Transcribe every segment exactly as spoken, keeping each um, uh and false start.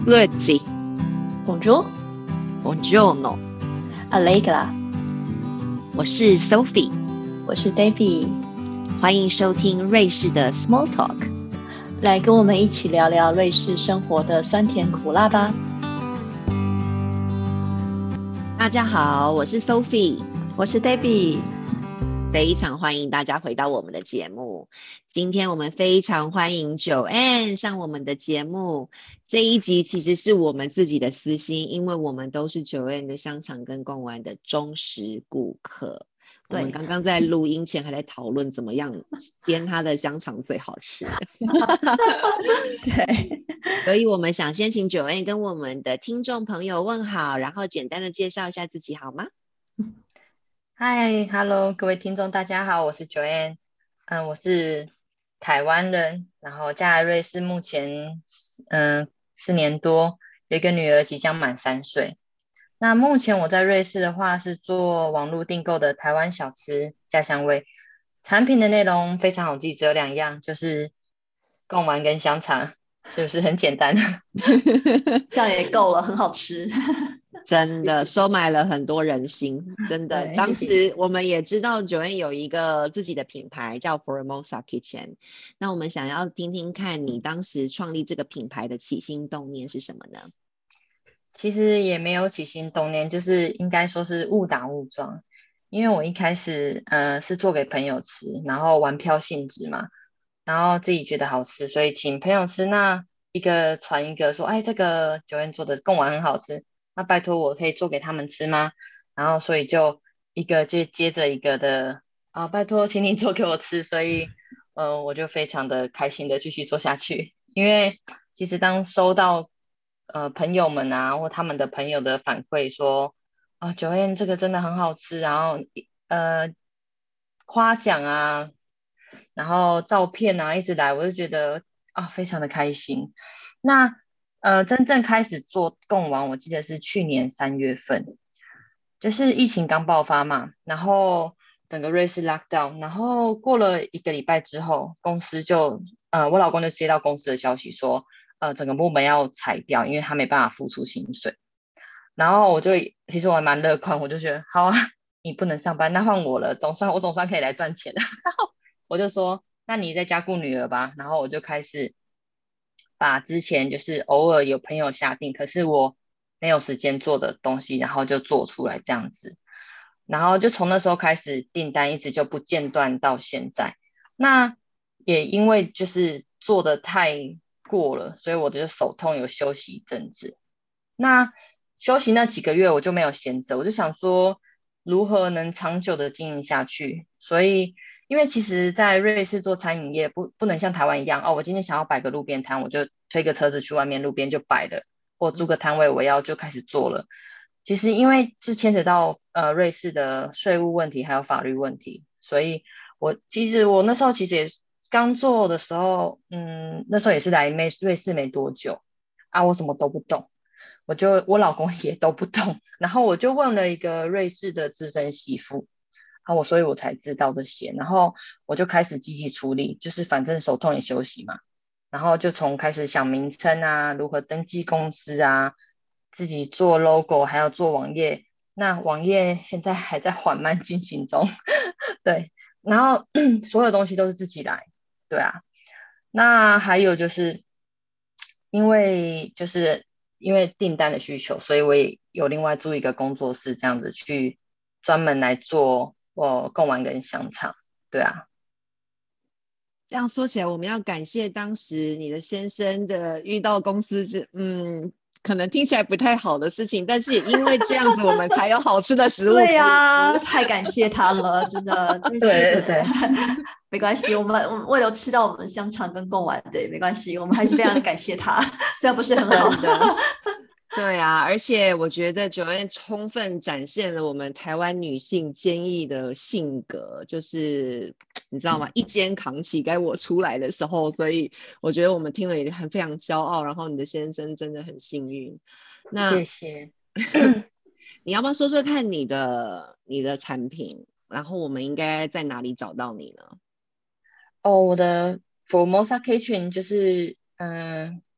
Grüezi, Bonjour, Buongiorno, Allegra， 我是 Sophie， 我是 Debbie， 欢迎收听瑞士的 Small Talk， 来跟我们一起聊聊瑞士生活的酸甜苦辣吧。 大家好，我是 Sophie， 我是 Debbie， 非常欢迎大家回到我们的节目。今天我们非常欢迎 Joanne 上我们的节目。这一集其实是我们自己的私心，因为我们都是 Joanne 的香肠跟贡丸的忠实顾客。我们刚刚在录音前还在讨论怎么样煎他的香肠最好吃。 对， 所以我们想先请 Joanne 跟我们的听众朋友问好，然后简单的介绍一下自己好吗？ 嗨 ，Hello， 各位听众，大家好，我是 Joanne， 嗯，我是台湾人，然后嫁来瑞士，目前嗯四年多，有一个女儿即将满三岁。那目前我在瑞士的话是做网络订购的台湾小吃家乡味，产品的内容非常好记，只有两样，就是贡丸跟香肠，是不是很简单？ 这样也够了，很好吃。 真的收买了很多人心，真的。 对当时我们也知道 Joanne 有一个自己的品牌叫 Formosa Kitchen， 那我们想要听听看你当时创立这个品牌的起心动念是什么呢？ 其实也没有起心动念，就是应该说是误打误撞。因为我一开始呃是做给朋友吃，然后玩票性质嘛，然后自己觉得好吃，所以请朋友吃，那一个传一个说，哎，这个九燕做的贡丸很好吃，那拜托我可以做给他们吃吗？然后所以就一个就接着一个的啊，拜托请你做给我吃，所以呃我就非常的开心的继续做下去，因为其实当收到呃朋友们啊或他们的朋友的反馈说啊九燕这个真的很好吃，然后呃夸奖啊，然后照片啊一直来，我就觉得啊非常的开心。那呃真正开始做贡丸，我记得是去年三月份，就是疫情刚爆发嘛，然后整个瑞士 lockdown， 然后过了一个礼拜之后，公司就呃我老公就接到公司的消息说，呃整个部门要裁掉，因为他没办法付出薪水。然后我就其实我还蛮乐观，我就觉得好啊，你不能上班，那换我了，总算我总算可以来赚钱了。然后我就说，那你在家顾女儿吧。然后我就开始把之前就是偶尔有朋友下定，可是我没有时间做的东西，然后就做出来这样子。然后就从那时候开始，订单一直就不间断到现在。那也因为就是做的太过了，所以我的手痛有休息一阵子。那休息那几个月我就没有闲着，我就想说如何能长久的经营下去。所以因为其实在瑞士做餐饮业不不能像台湾一样哦，我今天想要摆个路边摊，我就推个车子去外面路边就摆了，或租个摊位我要就开始做了。其实因为是牵扯到呃瑞士的税务问题还有法律问题，所以我其实我那时候其实也刚做的时候，嗯，那时候也是来没瑞士没多久啊，我什么都不懂，我就我老公也都不懂，然后我就问了一个瑞士的资深媳妇，啊，我所以我才知道这些，然后我就开始积极处理，就是反正手痛也休息嘛，然后就从开始想名称啊，如何登记公司啊，自己做 logo， 还要做网页，那网页现在还在缓慢进行中，对，然后所有东西都是自己来，对啊，那还有就是因为就是因为订单的需求，所以我也有另外租一个工作室，这样子去专门来做我贡丸跟香肠，对啊。 这样说起来，我们要感谢当时你的先生的遇到公司是嗯，可能听起来不太好的事情，但是也因为这样子，我们才有好吃的食物可以吃。 对呀、啊，太感谢他了，真的。 对对对， 没关系，我们我们为了吃到我们的香肠跟贡丸，对，没关系，我们还是非常的感谢他，虽然不是很好。 真的。对啊，而且我觉得 Joanne 充分展现了我们台湾女性坚毅的性格，就是你知道吗？一肩扛起该我出来的时候，所以我觉得我们听了也很非常骄傲。然后你的先生真的很幸运。那谢谢。 你要不要说说看你的你的产品？然后我们应该在哪里找到你呢？ 哦，我的 Formosa Kitchen 就是嗯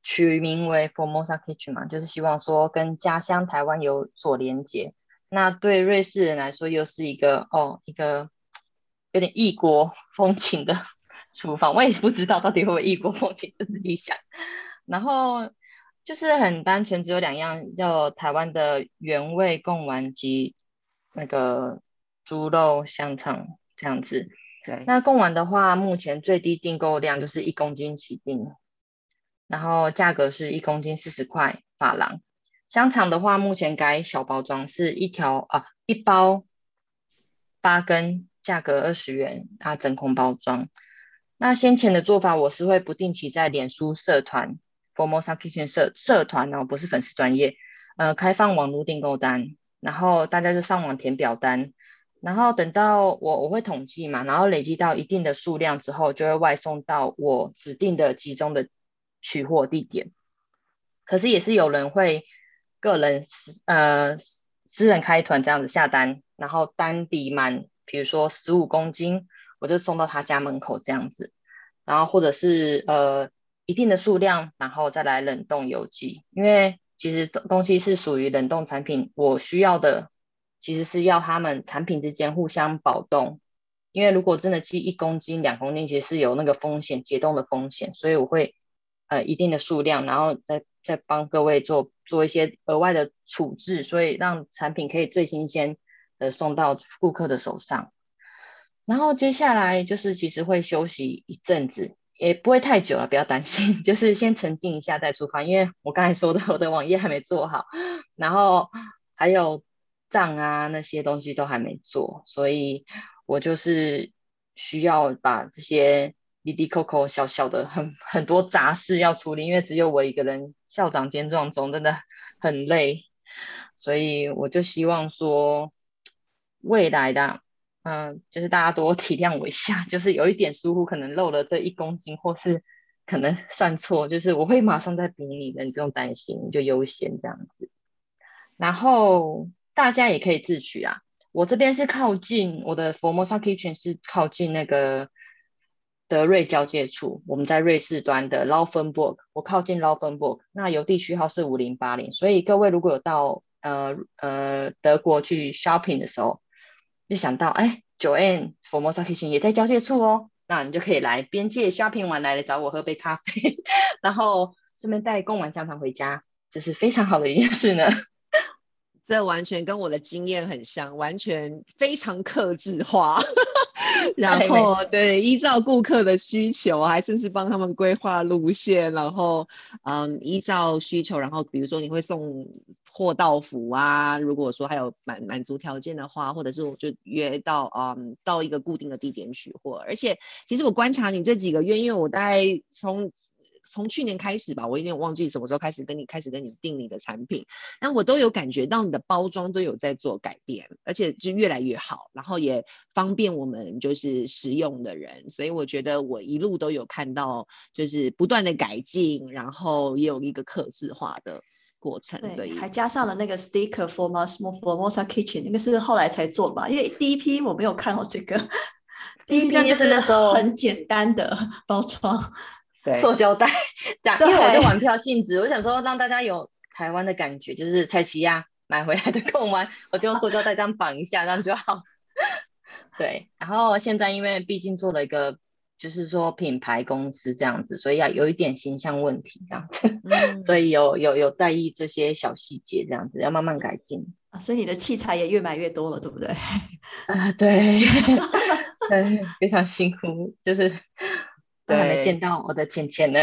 取名为 Formosa Kitchen 嘛，就是希望说跟家乡台湾有所连结。那对瑞士人来说，又是一个哦一个有点异国风情的厨房，我也不知道到底会不会异国风情，就自己想。然后就是很单纯，只有两样，叫台湾的原味贡丸及那个猪肉香肠这样子。 对， 那贡丸的话，目前最低订购量就是一公斤起订，然后价格是一公斤四十块法郎。香肠的话，目前改小包装，是一条啊一包八根，价格二十元啊，真空包装。那先前的做法，我是会不定期在脸书社团 Formosa Kitchen 社社团哦，不是粉丝专页，呃，开放网络订购单，然后大家就上网填表单，然后等到我我会统计嘛，然后累积到一定的数量之后，就会外送到我指定的集中的取货地点。可是也是有人会个人私呃私人开团这样子下单，然后单抵满，比如说十五公斤，我就送到他家门口这样子。然后或者是呃一定的数量，然后再来冷冻邮寄，因为其实东西是属于冷冻产品，我需要的其实是要他们产品之间互相保冻，因为如果真的寄一公斤、两公斤，其实是有那个风险解冻的风险，所以我会呃一定的数量，然后再再帮各位做做一些额外的处置，所以让产品可以最新鲜的送到顾客的手上。然后接下来就是其实会休息一阵子，也不会太久了，不要担心，就是先沉浸一下再出发。因为我刚才说的，我的网页还没做好，然后还有账啊那些东西都还没做，所以我就是需要把这些滴滴扣扣小小的很很多杂事要处理，因为只有我一个人校长兼撞钟，真的很累，所以我就希望说未来的。嗯、呃，就是大家多体谅我一下，就是有一点疏忽，可能漏了这一公斤，或是可能算错，就是我会马上再补你的，你不用担心，你就优先这样子。然后大家也可以自取啊，我这边是靠近我的 Formosa Kitchen 是靠近那个德瑞交界处，我们在瑞士端的 Laufenburg， 我靠近 Laufenburg， 那邮递区号是五零八零，所以各位如果有到呃呃德国去 shopping 的时候，就想到哎 Joanne Formosa Kitchen 也在交界处哦，那你就可以来边界 shopping 完来找我喝杯咖啡，然后顺便带贡丸香肠回家，这是非常好的一件事呢。 这完全跟我的经验很像，完全非常客制化。然后对，依照顾客的需求，还甚至帮他们规划路线，然后嗯，依照需求，然后比如说你会送货到府啊，如果说还有满满足条件的话，或者是我就约到嗯到一个固定的地点取货。而且其实我观察你这几个月，因为我大概从从去年开始吧，我有点忘记什么时候开始跟你开始跟你订你的产品，那我都有感觉到你的包装都有在做改变，而且就越来越好，然后也方便我们就是使用的人，所以我觉得我一路都有看到就是不断的改进，然后也有一个客制化的过程，所以还加上了那个 sticker Formosa Formosa Kitchen， 那个是后来才做的吧？因为第一批我没有看到这个，第一批这就是很简单的包装。 对， 塑胶袋这样，因为我就玩票性质，我想说让大家有台湾的感觉，就是蔡奇亚买回来的贡丸，我就用塑胶袋这样绑一下，这样就好。对，然后现在因为毕竟做了一个，就是说品牌公司这样子，所以要有一点形象问题这样子，嗯、所以有有有在意这些小细节这样子，要慢慢改进。 啊、所以你的器材也越买越多了，对不对？ 啊、呃，对，对，非常辛苦，就是。都还没见到我的钱钱呢。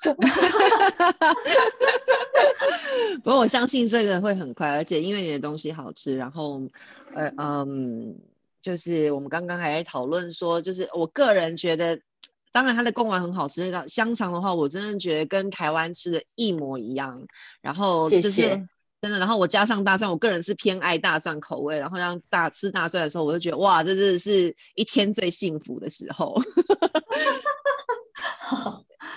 不过我相信这个会很快，而且因为你的东西好吃，然后呃嗯，就是我们刚刚还在讨论说，就是我个人觉得，当然它的贡丸很好吃，那个香肠的话，我真的觉得跟台湾吃的一模一样。然后就是谢谢真的，然后我加上大蒜，我个人是偏爱大蒜口味，然后让大吃大蒜的时候，我就觉得哇，这真的是一天最幸福的时候。对，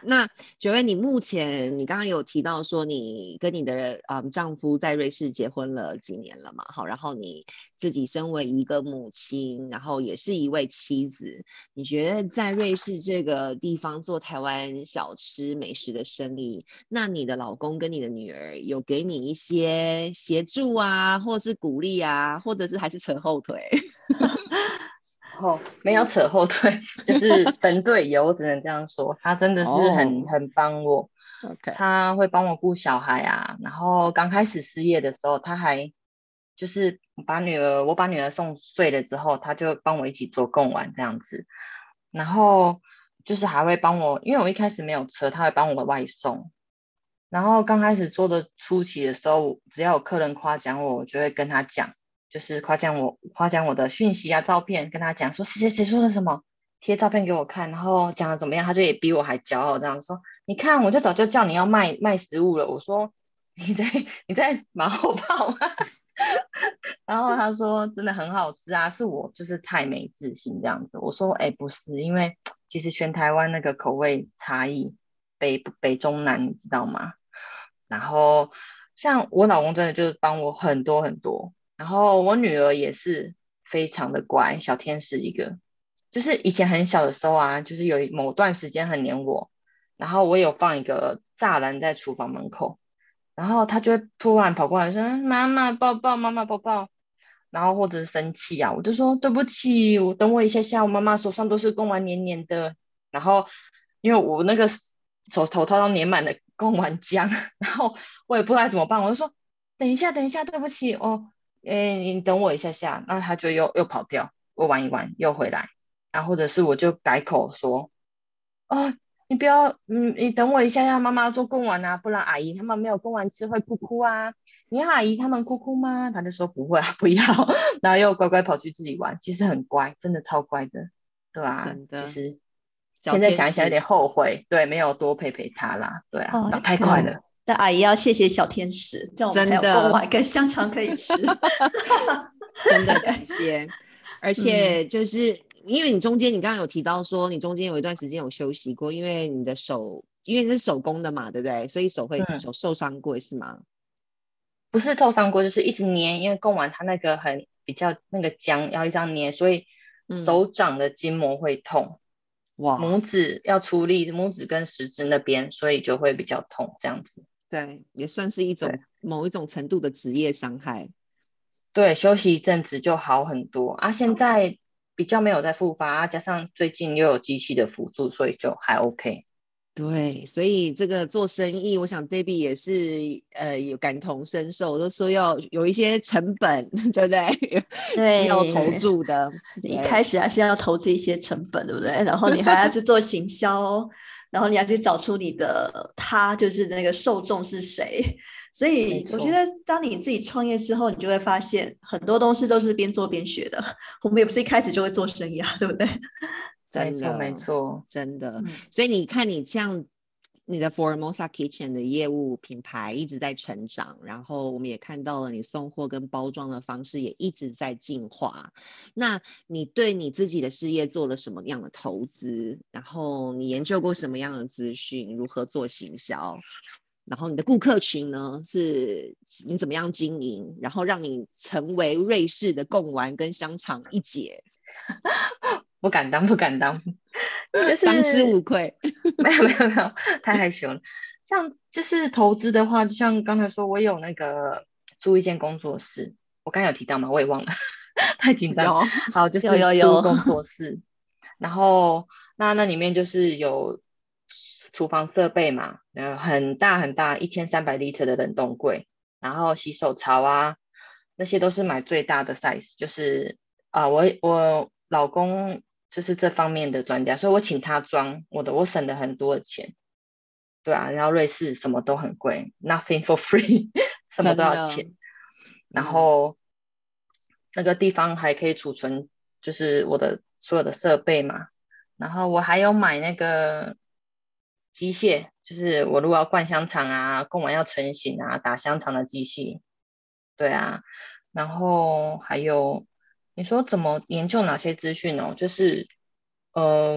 那九月，你目前你刚刚有提到说你跟你的嗯丈夫在瑞士结婚了几年了嘛？好，然后你自己身为一个母亲，然后也是一位妻子，你觉得在瑞士这个地方做台湾小吃美食的生意，那你的老公跟你的女儿有给你一些协助啊，或是鼓励啊，或者是还是扯后腿？ 哦，没有扯后腿，就是神队友，我只能这样说。他真的是很、 哦很帮我， OK， 他会帮我顾小孩啊。然后刚开始失业的时候，他还就是把女儿，我把女儿送睡了之后，他就帮我一起做贡丸这样子。然后就是还会帮我，因为我一开始没有车，他会帮我外送。然后刚开始做的初期的时候，只要有客人夸奖我，我就会跟他讲。就是夸奖我，夸奖我的讯息啊、照片，跟他讲说谁谁谁说的什么，贴照片给我看，然后讲的怎么样，他就也比我还骄傲，这样说，你看我就早就叫你要卖卖食物了，我说你在你在马后炮吗？然后他说真的很好吃啊，是我就是太没自信这样子。我说哎不是，因为其实全台湾那个口味差异，北北中南你知道吗？然后像我老公真的就是帮我很多很多。然后我女儿也是非常的乖，小天使一个。就是以前很小的时候啊，就是有某段时间很黏我，然后我有放一个栅栏在厨房门口，然后她就会突然跑过来说：“妈妈抱抱，妈妈抱抱。”然后或者是生气啊，我就说对不起，我等我一下下，我妈妈手上都是贡丸黏黏的。然后因为我那个手头套都粘满了贡丸浆，然后我也不知道怎么办，我就说等一下，等一下，对不起哦。诶，你等我一下下，那他就又又跑掉，我玩一玩又回来，然后或者是我就改口说，哦，你不要，嗯，你等我一下下，妈妈要做贡丸啊，不然阿姨他们没有贡丸吃会哭哭啊。你要阿姨他们哭哭吗？他就说不会啊，不要，然后又乖乖跑去自己玩，其实很乖，真的超乖的，对啊， 真的其实小现在想一想有天使。 点后悔，对，没有多陪陪他啦，对啊， 哦， 长太快对， 了， 但阿姨要谢谢小天使，这样我们才有贡真的丸跟香肠可以吃。 真的感对， 谢，而嗯， 且就是因为你中间你刚刚有提到说你中间有一段时间有休息过，因为你的手因为你是手工的嘛，对不对？所以手会嗯。 手受伤过是吗？ 不是透伤过，就是一直捏，因为贡丸它那个很比较那个浆要一直捏，所以嗯， 手掌的筋膜会痛， 哇， 拇指要出力，拇指跟食指那边，所以就会比较痛这样子。 对，也算是一对种某一种程度的职业伤害。 对，休息一阵子就好很多啊。现在比较没有在复发啊，加上最近又有机器的辅助，所以就还 OK。 对，所以这个做生意，我想 Debbie 也是呃有感同身受，都说要有一些成本，对不对？是要投对， 注的， 你一开对， 始还是要投资一些成本，对不对？然后你还要去做行销，然后你要去找出你的他，就是那个受众是谁。所以我觉得， 没错， 当你自己创业之后，你就会发现很多东西都是边做边学的。我们也不是一开始就会做生意啊，对不对？ 没错， 真的没错。 真的。 嗯。 所以你看，你这样，你的 Formosa Kitchen 的业务品牌一直在成长，然后我们也看到了你送货跟包装的方式也一直在进化。那你对你自己的事业做了什么样的投资？然后你研究过什么样的资讯？如何做行销？然后你的顾客群呢？是你怎么样经营？然后让你成为瑞士的贡丸跟香肠一姐， 不敢当，不敢当，就当之无是愧。 没有没有没有，太害羞了。像就是投资的话，就像刚才说，我有那个租一间工作室，我刚才有提到吗？我也忘了，太紧张。 有， 好，就是有有有， 租工作室，然后那那里面就是有厨房设备嘛，呃，很大很大，一千三百 liter 的冷冻柜，然后洗手槽啊，那些都是买最大的 size，就是啊、我我老公就是这方面的专家，所以我请他装我的，我省了很多的钱。对啊，然后瑞士什么都很贵，nothing for free，什么都真的， 要钱。然嗯， 后那个地方还可以储存，就是我的所有的设备嘛。然后我还有买那个机械，就是我如果要灌香肠啊，贡丸要成型啊，打香肠的机器。对啊，然后还有你说怎么研究哪些资讯哦？就是呃，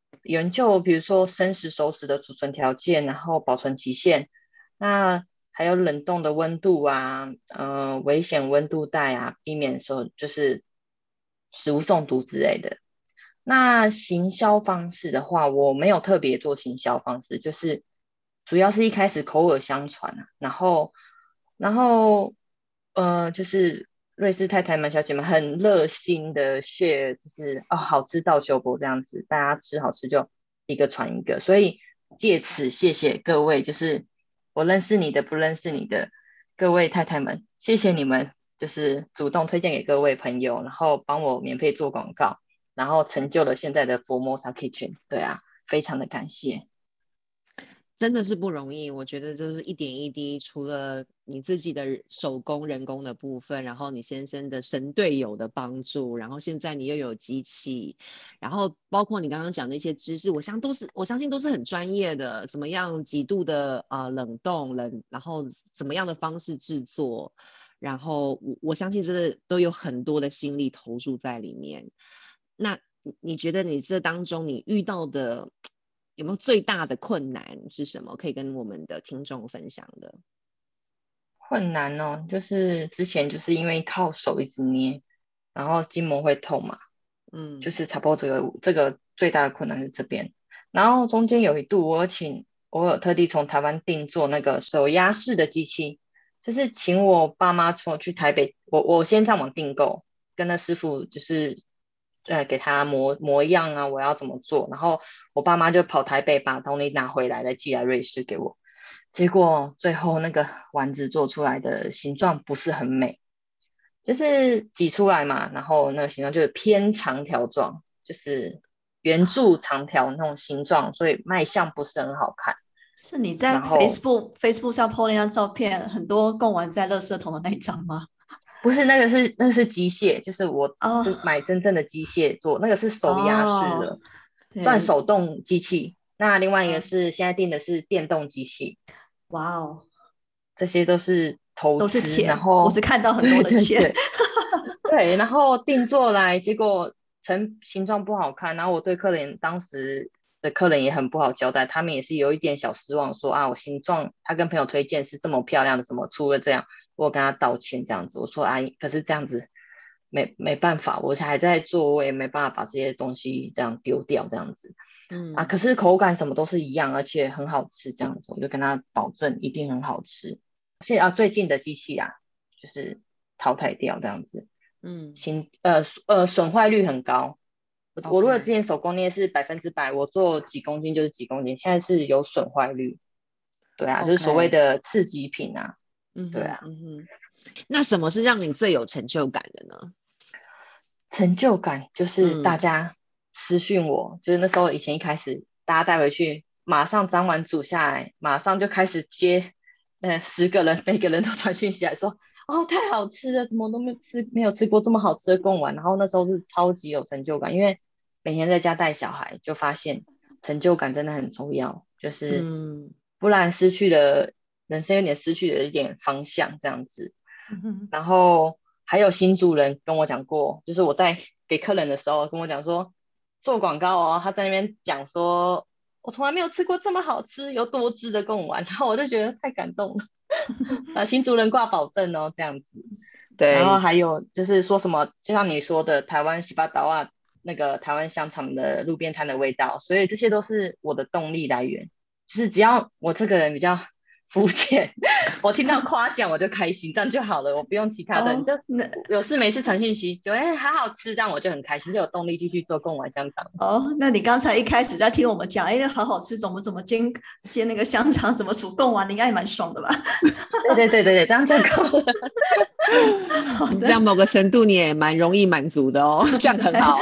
研究，比如说生食熟食的储存条件，然后保存期限，那还有冷冻的温度啊，呃，危险温度带啊，避免说就是食物中毒之类的。那行销方式的话，我没有特别做行销方式，就是主要是一开始口耳相传啊，然后然后呃，就是瑞士太太们、小姐们很热心的 share，就是哦好吃到修博这样子，大家吃好吃就一个传一个，所以借此谢谢各位，就是我认识你的不认识你的各位太太们，谢谢你们，就是主动推荐给各位朋友，然后帮我免费做广告。然后成就了现在的 Formosa Kitchen， 对啊，非常的感谢。 真的是不容易，我觉得就是一点一滴，除了你自己的手工人工的部分，然后你先生的神队友的帮助，然后现在你又有机器，然后包括你刚刚讲的一些知识，我相都是我相信都是很专业的，怎么样几度的啊、呃、冷冻冷，然后怎么样的方式制作，然后我我相信这都有很多的心力投入在里面。那你觉得你这当中你遇到的有没有最大的困难是什么？可以跟我们的听众分享的？ 困难哦，就是之前就是因为靠手一直捏，然后筋膜会痛嘛， 嗯， 就是差不多这个这个最大的困难是这边。然后中间有一度我有请我有特地从台湾订做那个手压式的机器，就是请我爸妈从去台北，我我先上网订购，跟那师傅就是呃给他模模样啊，我要怎么做，然后我爸妈就跑台北把东西拿回来，再寄来瑞士给我。结果最后那个丸子做出来的形状不是很美，就是挤出来嘛，然后那个形状就是偏长条状，就是圆柱长条那种形状，所以卖相不是很好看。 是你在然后 Facebook Facebook 上 po 那张照片，很多贡丸在垃圾桶的那一张吗？ 不是那个是那个是机械，就是我真哦买真正的机械做，那个是手压式哦， 的，算对， 手动机器。那另外一个嗯， 是现在订的是电动机器， 哇哦， 这些都是投都是资，然钱，我只后看到很多对的钱。 对对对，然后定做来，结果成形状不好看，然后我对客人当时的客人也很不好交代，他们也是有一点小失望说，啊，我形状他跟朋友推荐是这么漂亮的，怎么出了这样？我跟他道歉这样子，我说阿姨，可是这样子没没办法，我还在做，我也没办法把这些东西这样丢掉这样子。啊， 嗯， 可是口感什么都是一样，而且很好吃，这样子我就跟他保证一定很好吃。现啊，最近的机器啊，就是淘汰掉这样子， 嗯新呃呃损坏率很高。我我如果之 ，OK， 前手工捏是百分之百，我做几公斤就是几公斤，现在是有损坏率。对啊，就是所谓 OK， 的次级品啊。 嗯对啊， 哼嗯哼。那什么是让你最有成就感的呢？ 成就感就是大嗯， 家私讯我，就是那时候以前一开始大家带回去，马上当晚煮下来，马上就开始接，呃，十个人每个人都传讯息来说，哦，太好吃了，怎么都没有吃，没有吃过这么好吃的贡丸。然后那时候是超级有成就感，因为每天在家带小孩，就发现成就感真的很重要，就是嗯不然失去了人生有点失去了一点方向这样子。 嗯哼， 然后还有新主人跟我讲过，就是我在给客人的时候跟我讲说，做广告哦，他在那边讲说，我从来没有吃过这么好吃又多汁的贡丸，然后我就觉得太感动了，啊，新主人挂保证哦，这样子。然后对， 还有就是说什么，就像你说的，台湾西巴达啊，那个台湾香肠的路边摊的味道，所以这些都是我的动力来源。就是只要我这个人比较肤浅，我听到夸奖我就开心，这样就好了，我不用其他的。你哦， 就那有事没事传讯息，就哎好好吃，这样我就很开心，就有动力继续做贡丸香肠。 哦，那你刚才一开始在听我们讲，哎，好好吃，怎么怎么煎煎那个香肠，怎么煮贡丸，你应该也蛮爽的吧？ 对对对对对，这样就够了。 好的， 这样某个程度你也蛮容易满足的哦，这样很好。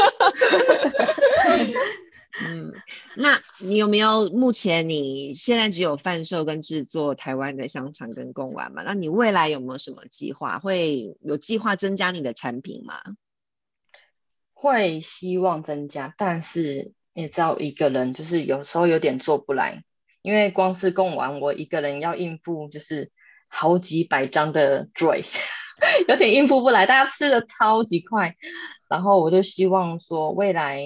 嗯，那你有没有目前你现在只有贩售跟制作台湾的香肠跟贡丸嘛？那你未来有没有什么计划？会有计划增加你的产品吗？ 会希望增加，但是也知道一个人就是有时候有点做不来，因为光是供完我一个人要应付就是好几百张的 tray，有点应付不来，大家吃的超级快，然后我就希望说未来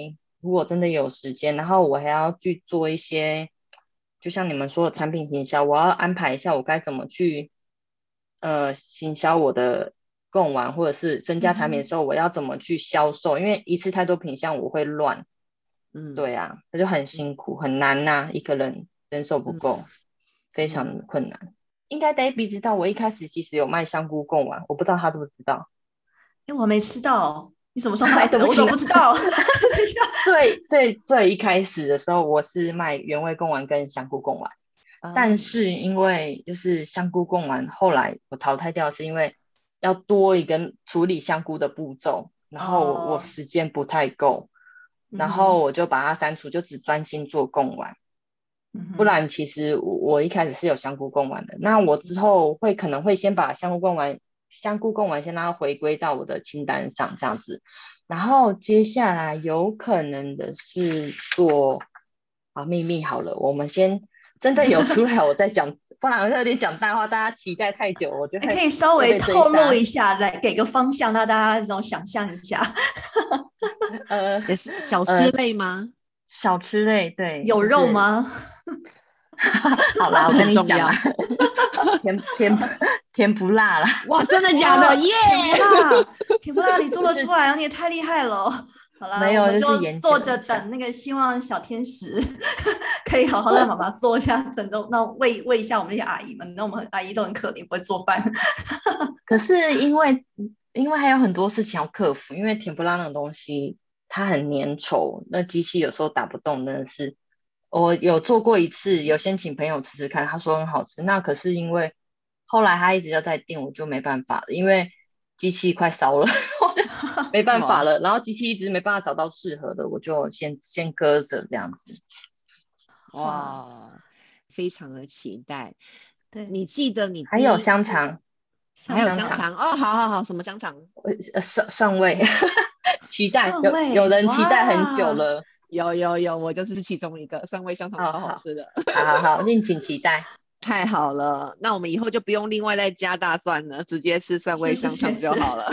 如果真的有时间，然后我还要去做一些，就像你们说的产品行销，我要安排一下我该怎么去呃行销我的贡丸，或者是增加产品的时候，我要怎么去销售，因为一次太多品项我会乱。 嗯， 对啊，那就很辛苦，很难呐、一个人人手不够， 嗯非常困难。应该 Debbie 知道，我一开始其实有卖香菇贡丸，我不知道他知不知道。 因为我没吃到，你什么时候卖对的？ 不起我怎么不知道？ 最最最一开始的时候，我是卖原味贡丸跟香菇贡丸，但是因为就是香菇贡丸后来我淘汰掉，是因为要多一个处理香菇的步骤，然后我我哦， 时间不太够，然嗯哼， 后我就把它删除，就只专心做贡丸。不嗯哼， 然其实我我一开始是有香菇贡丸的，那我之后会可能会先把香菇贡丸香菇贡丸先让它回归到我的清单上这样子，然后接下来有可能的是做啊秘密好了，我们先真的有出来我再讲，不然有点讲大话，大家期待太久，我就你可会以稍微会被追透露杀。 一下，来给个方向，让大家这种想象一下。 呃也是小吃呃， 类吗？ 小吃类对， 有就是肉吗？ 好啦，我跟很你讲啦， 重要。 甜甜甜不辣啦， 哇，真的假哇， 的？耶！ 甜不辣，甜不辣，你做就是得出来啊？你也太厉害了。好啦， 没有， 我们就就是研坐究一下。 着等那个，希望小天使可以好好让妈妈做一下，等着那喂喂一下我们那些阿姨们。那我们阿姨都很可怜，不会做饭。 可是因为因为还有很多事情要克服，因为甜不辣那种东西它很粘稠，那机器有时候打不动，真的是我有做过一次，有先请朋友吃吃看，他说很好吃，那可是因为后来他一直要在订，我就没办法了，因为机器快烧了，我就没办法哇了，然后机器一直没办法找到适合的，我就先先搁着这样子。 哇， 哇，非常的期待。 对， 你记得你还有第一次香肠， 还有香肠香肠香肠哦，好好好，什么香肠？ 呃呃上上位，期待有有上位， 人期待很久哇， 了。 有有有，我就是其中一个，三味香肠哦， 超好好， 吃的。 好好好，敬请期待。 太好了，那我们以后就不用另外再加大蒜了，直接吃蒜味是是香肠是是， 就好了。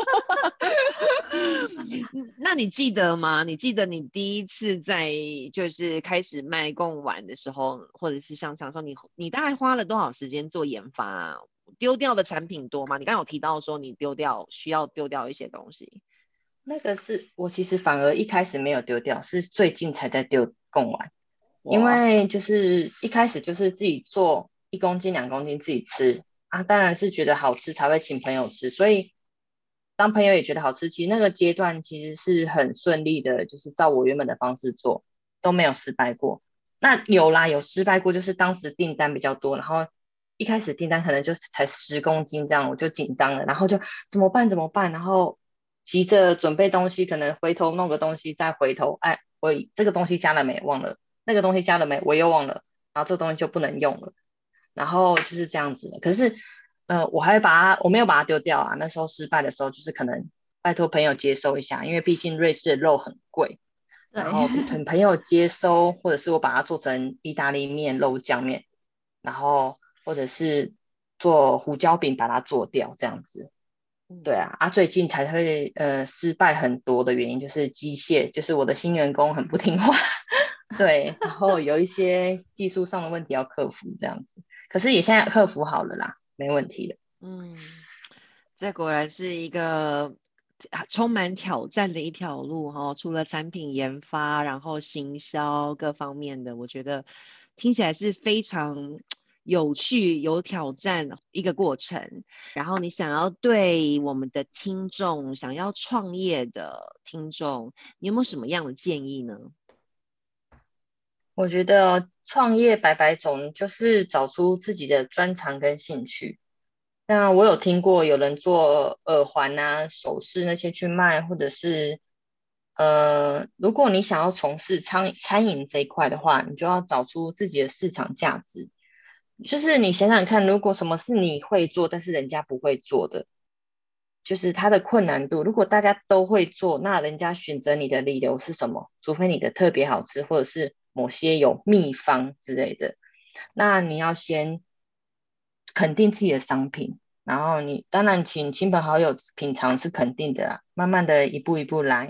嗯那你记得吗？你记得你第一次在就是开始卖贡丸的时候，或者是香肠的时候，你你大概花了多少时间做研发啊？丢掉的产品多吗？你刚刚有提到说你丢掉需要丢掉一些东西。 那个是我其实反而一开始没有丢掉，是最近才在丢贡丸，因哇， 为就是一开始就是自己做一公斤两公斤自己吃啊，当然是觉得好吃才会请朋友吃，所以当朋友也觉得好吃，其实那个阶段其实是很顺利的，就是照我原本的方式做，都没有失败过。那有啦，有失败过，就是当时订单比较多，然后一开始订单可能就才十公斤这样，我就紧张了，然后就怎么办怎么办，然后急着准备东西，可能回头弄个东西，再回头，哎，我这个东西加了没？忘了，那个东西加了没？我又忘了，然后这个东西就不能用了。然后就是这样子的。可是，呃，我还会把它，我没有把它丢掉啊。那时候失败的时候，就是可能拜托朋友接收一下，因为毕竟瑞士的肉很贵。然对， 后等朋友接收，或者是我把它做成意大利面、肉酱面，然后或者是做胡椒饼把它做掉，这样子。对嗯， 啊，啊，最近才会呃失败很多的原因就是机械，就是我的新员工很不听话，对，然后有一些技术上的问题要克服这样子，可是也现在克服好了啦，没问题的。 嗯，这果然是一个啊充满挑战的一条路哈、哦。除了产品研发，然后行销各方面的，我觉得听起来是非常有趣、有挑战一个过程。然后你想要对我们的听众，想要创业的听众，你有没有什么样的建议呢？ 我觉得创业百百种，就是找出自己的专长跟兴趣。那我有听过有人做耳环啊、首饰那些去卖，或者是呃，如果你想要从事餐餐饮这一块的话，你就要找出自己的市场价值。就是你想想看，如果什么是你会做，但是人家不会做的，就是它的困难度。如果大家都会做，那人家选择你的理由是什么？除非你的特别好吃，或者是某些有秘方之类的。那你要先肯定自己的商品，然后你当然请亲朋好友品尝是肯定的啦，慢慢的一步一步来。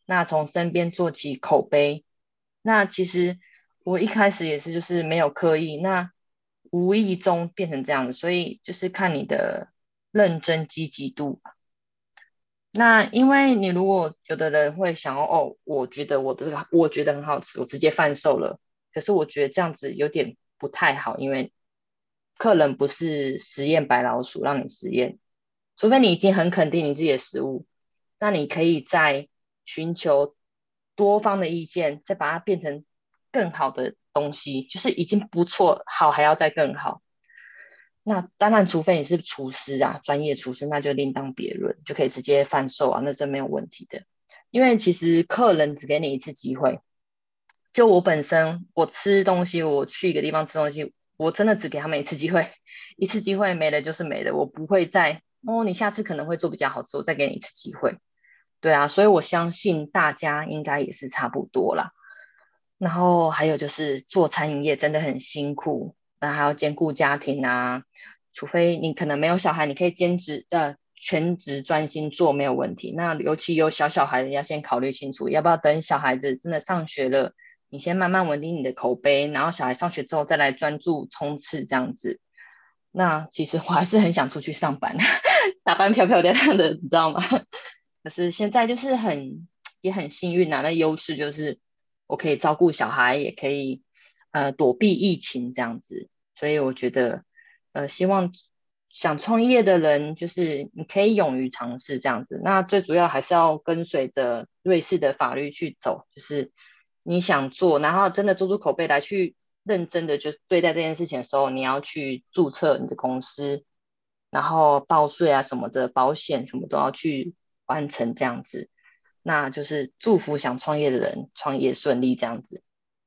那从身边做起口碑。那其实我一开始也是就是没有刻意，那无意中变成这样子，所以就是看你的认真积极度。那因为你如果有的人会想要哦，我觉得我的我觉得很好吃，我直接贩售了，可是我觉得这样子有点不太好，因为客人不是实验白老鼠让你实验，除非你已经很肯定你自己的食物，那你可以再寻求多方的意见，再把它变成更好的东西，就是已经不错，好还要再更好。那当然，除非你是厨师啊，专业厨师，那就另当别论，就可以直接贩售啊，那是没有问题的。因为其实客人只给你一次机会，就我本身，我吃东西，我去一个地方吃东西，我真的只给他们一次机会，一次机会没了就是没了，我不会再哦，你下次可能会做比较好吃，我再给你一次机会。对啊，所以我相信大家应该也是差不多啦。然后还有就是做餐饮业真的很辛苦，那还要兼顾家庭啊，除非你可能没有小孩，你可以兼职呃全职专心做没有问题。那尤其有小小孩的，要先考虑清楚，要不要等小孩子真的上学了，你先慢慢稳定你的口碑，然后小孩上学之后再来专注冲刺这样子。那其实我还是很想出去上班，打扮漂漂亮亮的，你知道吗？可是现在就是很也很幸运啊，那优势就是我可以照顾小孩，也可以呃躲避疫情这样子，所以我觉得呃希望想创业的人就是你可以勇于尝试这样子，那最主要还是要跟随着瑞士的法律去走，就是你想做，然后真的做出口碑来去认真的就对待这件事情的时候，你要去注册你的公司，然后报税啊什么的，保险什么都要去完成这样子。那就是祝福想创业的人创业顺利这样子。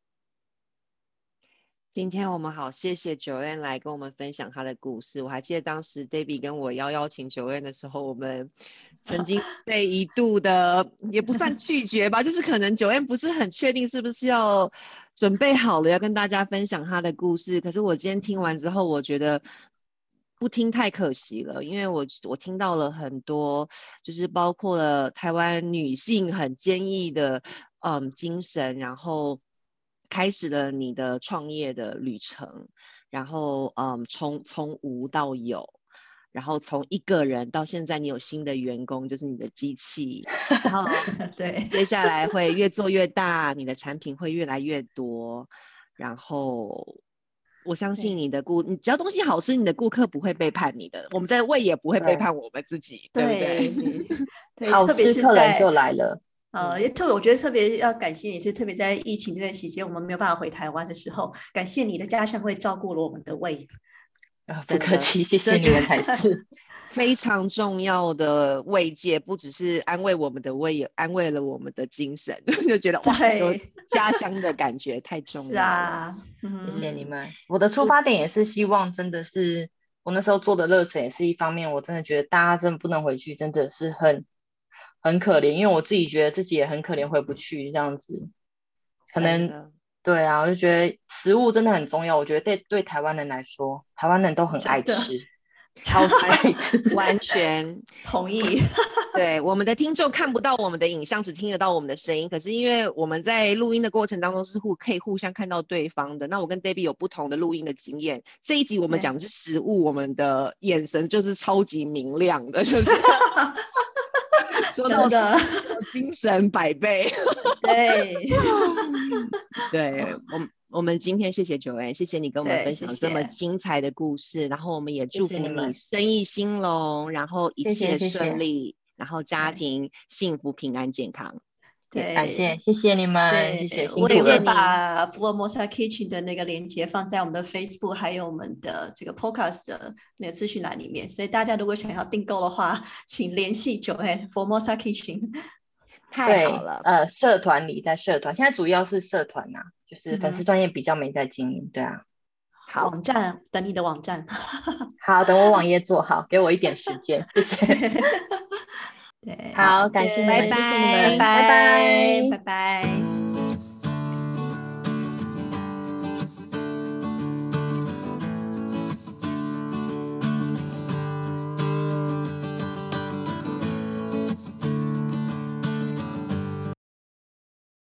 今天我们好，谢谢Joanne来跟我们分享她的故事。我还记得当时 Debbie 跟我要邀请Joanne的时候，我们曾经被一度的也不算拒绝吧，就是可能Joanne不是很确定是不是要准备好了要跟大家分享她的故事。可是我今天听完之后，我觉得不听太可惜了，因为我我听到了很多，就是包括了台湾女性很坚毅的嗯精神，然后开始了你的创业的旅程，然后嗯从从无到有，然后从一个人到现在你有新的员工，就是你的机器，然后对， 接下来会越做越大，你的产品会越来越多，然后我相信你的顾，你只要东西好吃，你的顾客不会背叛你的，我们在胃也不会背叛我们自己，对不对？ 对对， 好特别吃客人是在就来了。 呃，也特我觉得特别要感谢你，是特别在疫情这段期间，我们没有办法回台湾的时候，感谢你的家乡会照顾了我们的胃。 啊，不客气，谢谢你们才是非常重要的慰藉，不只是安慰我们的胃，也安慰了我们的精神，就觉得哇，有家乡的感觉太重要了。 是啊， 嗯、谢谢你们。我的出发点也是希望，真的是我那时候做的热忱也是一方面，我真的觉得大家真的不能回去，真的是很很可怜，因为我自己觉得自己也很可怜，回不去这样子，可能。对啊，我就觉得食物真的很重要。我觉得对对台湾人来说，台湾人都很爱吃，超级爱吃， 完全同意。 对，我们的听众看不到我们的影像，只听得到我们的声音。可是因为我们在录音的过程当中是互可以互相看到对方的。那我跟 Debbie 有不同的录音的经验。这一集我们讲的是食物，我们的眼神就是超级明亮的，就是说到精神百倍。 对， 对我们。我们今天谢谢Joanne，谢谢你跟我们分享这么精彩的故事，然后我们也祝福你生意兴隆，然后一切顺利，谢谢然后家庭幸福平安健康。 对，感谢谢谢你们，谢谢辛苦了。 我也会把福尔摩沙 Kitchen 的那个链接放在我们的 Facebook 还有我们的这个 Podcast 的那个资讯栏里面，所以大家如果想要订购的话，请联系 Joanne 福尔摩沙 Kitchen。 太好了， 呃，社团里在社团，现在主要是社团啊，就是粉丝专页比较没在经营，对啊。 好，网站等你的网站。 好，等我网页做好，给我一点时间，谢谢。 对， 好，感谢你们， 拜拜， 谢谢你们， 拜拜，拜拜。